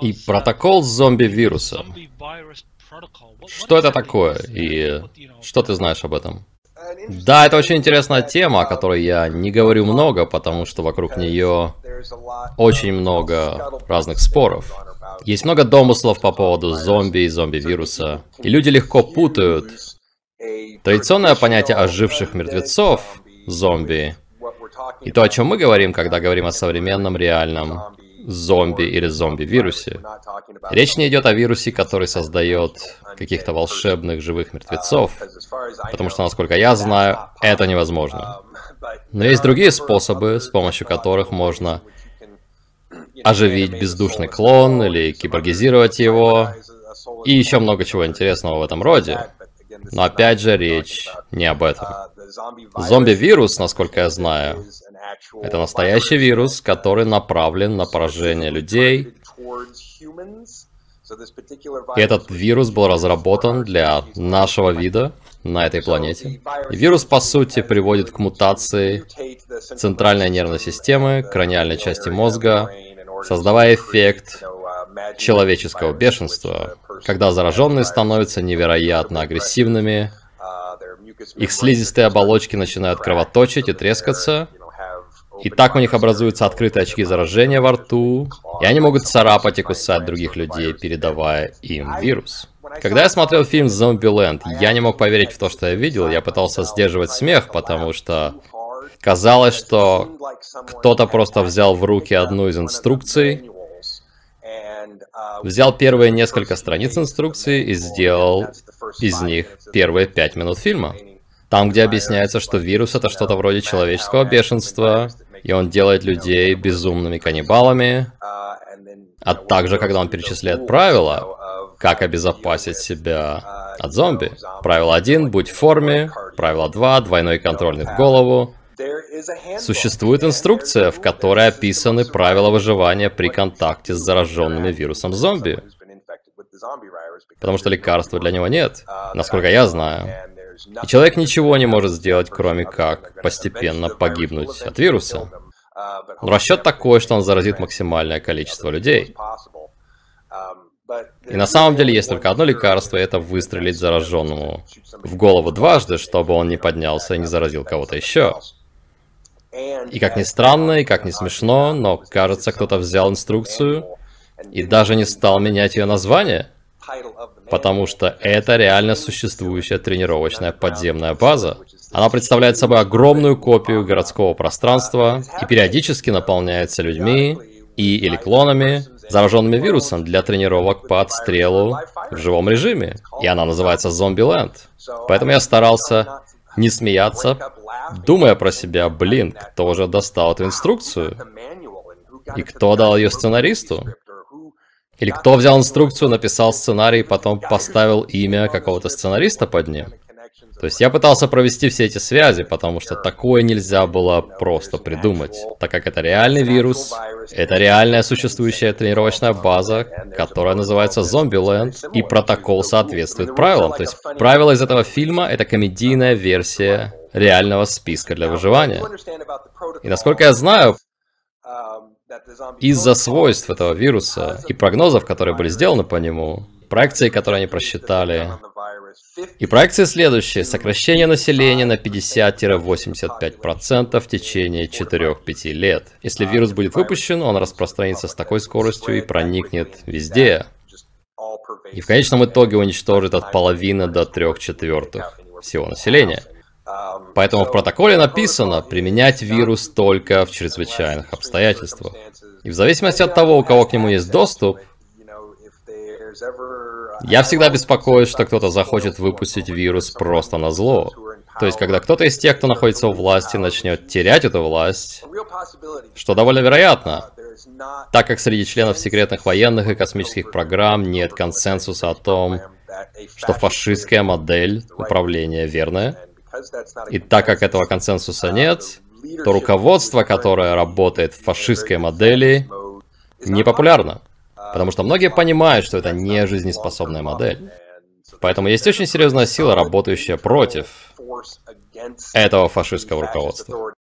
И протокол зомби-вируса. Что это такое и что ты знаешь об этом? Да, это очень интересная тема, о которой я не говорю много, потому что вокруг нее очень много разных споров. Есть много домыслов по поводу зомби и зомби-вируса, и люди легко путают традиционное понятие оживших мертвецов, зомби, и то, о чем мы говорим, когда говорим о современном реальном зомби или зомби-вирусе. Речь не идет о вирусе, который создает каких-то волшебных живых мертвецов, потому что, насколько я знаю, это невозможно. Но есть другие способы, с помощью которых можно оживить бездушный клон или киборгизировать его, и еще много чего интересного в этом роде. Но опять же, речь не об этом. Зомби-вирус, насколько я знаю, это настоящий вирус, который направлен на поражение людей. И этот вирус был разработан для нашего вида на этой планете. И вирус, по сути, приводит к мутации центральной нервной системы, краниальной части мозга, создавая эффект человеческого бешенства, когда зараженные становятся невероятно агрессивными, их слизистые оболочки начинают кровоточить и трескаться, и так у них образуются открытые очаги заражения во рту, и они могут царапать и кусать других людей, передавая им вирус. Когда я смотрел фильм «Зомбиленд», я не мог поверить в то, что я видел, я пытался сдерживать смех, потому что казалось, что кто-то просто взял в руки одну из инструкций, взял первые несколько страниц инструкции и сделал из них первые 5 минут фильма. Там, где объясняется, что вирус — это что-то вроде человеческого бешенства, и он делает людей безумными каннибалами, а также, когда он перечисляет правила, как обезопасить себя от зомби. Правило 1 — будь в форме, правило 2 — двойной контрольный в голову. Существует инструкция, в которой описаны правила выживания при контакте с зараженными вирусом зомби. Потому что лекарства для него нет, насколько я знаю. И человек ничего не может сделать, кроме как постепенно погибнуть от вируса. Но расчет такой, что он заразит максимальное количество людей. И на самом деле есть только одно лекарство, и это выстрелить зараженному в голову дважды, чтобы он не поднялся и не заразил кого-то еще. И как ни странно, и как ни смешно, но кажется, кто-то взял инструкцию и даже не стал менять ее название. Потому что это реально существующая тренировочная подземная база. Она представляет собой огромную копию городского пространства и периодически наполняется людьми или клонами, зараженными вирусом для тренировок по отстрелу в живом режиме. И она называется Зомбиленд. Поэтому я старался не смеяться, думая про себя, блин, кто же достал эту инструкцию? И кто дал ее сценаристу? Или кто взял инструкцию, написал сценарий и потом поставил имя какого-то сценариста под ним? То есть я пытался провести все эти связи, потому что такое нельзя было просто придумать, так как это реальный вирус, это реальная существующая тренировочная база, которая называется Зомбиленд, и протокол соответствует правилам. То есть правила из этого фильма — это комедийная версия реального списка для выживания. И насколько я знаю, из-за свойств этого вируса и прогнозов, которые были сделаны по нему, проекции, которые они просчитали, и проекции следующие: сокращение населения на 50-85% в течение 4-5 лет. Если вирус будет выпущен, он распространится с такой скоростью и проникнет везде. И в конечном итоге уничтожит от половины до 3/4 всего населения. Поэтому в протоколе написано применять вирус только в чрезвычайных обстоятельствах. И в зависимости от того, у кого к нему есть доступ, я всегда беспокоюсь, что кто-то захочет выпустить вирус просто назло. То есть, когда кто-то из тех, кто находится у власти, начнет терять эту власть, что довольно вероятно, так как среди членов секретных военных и космических программ нет консенсуса о том, что фашистская модель управления верная. И так как этого консенсуса нет, то руководство, которое работает в фашистской модели, непопулярно. Потому что многие понимают, что это не жизнеспособная модель. Поэтому есть очень серьезная сила, работающая против этого фашистского руководства.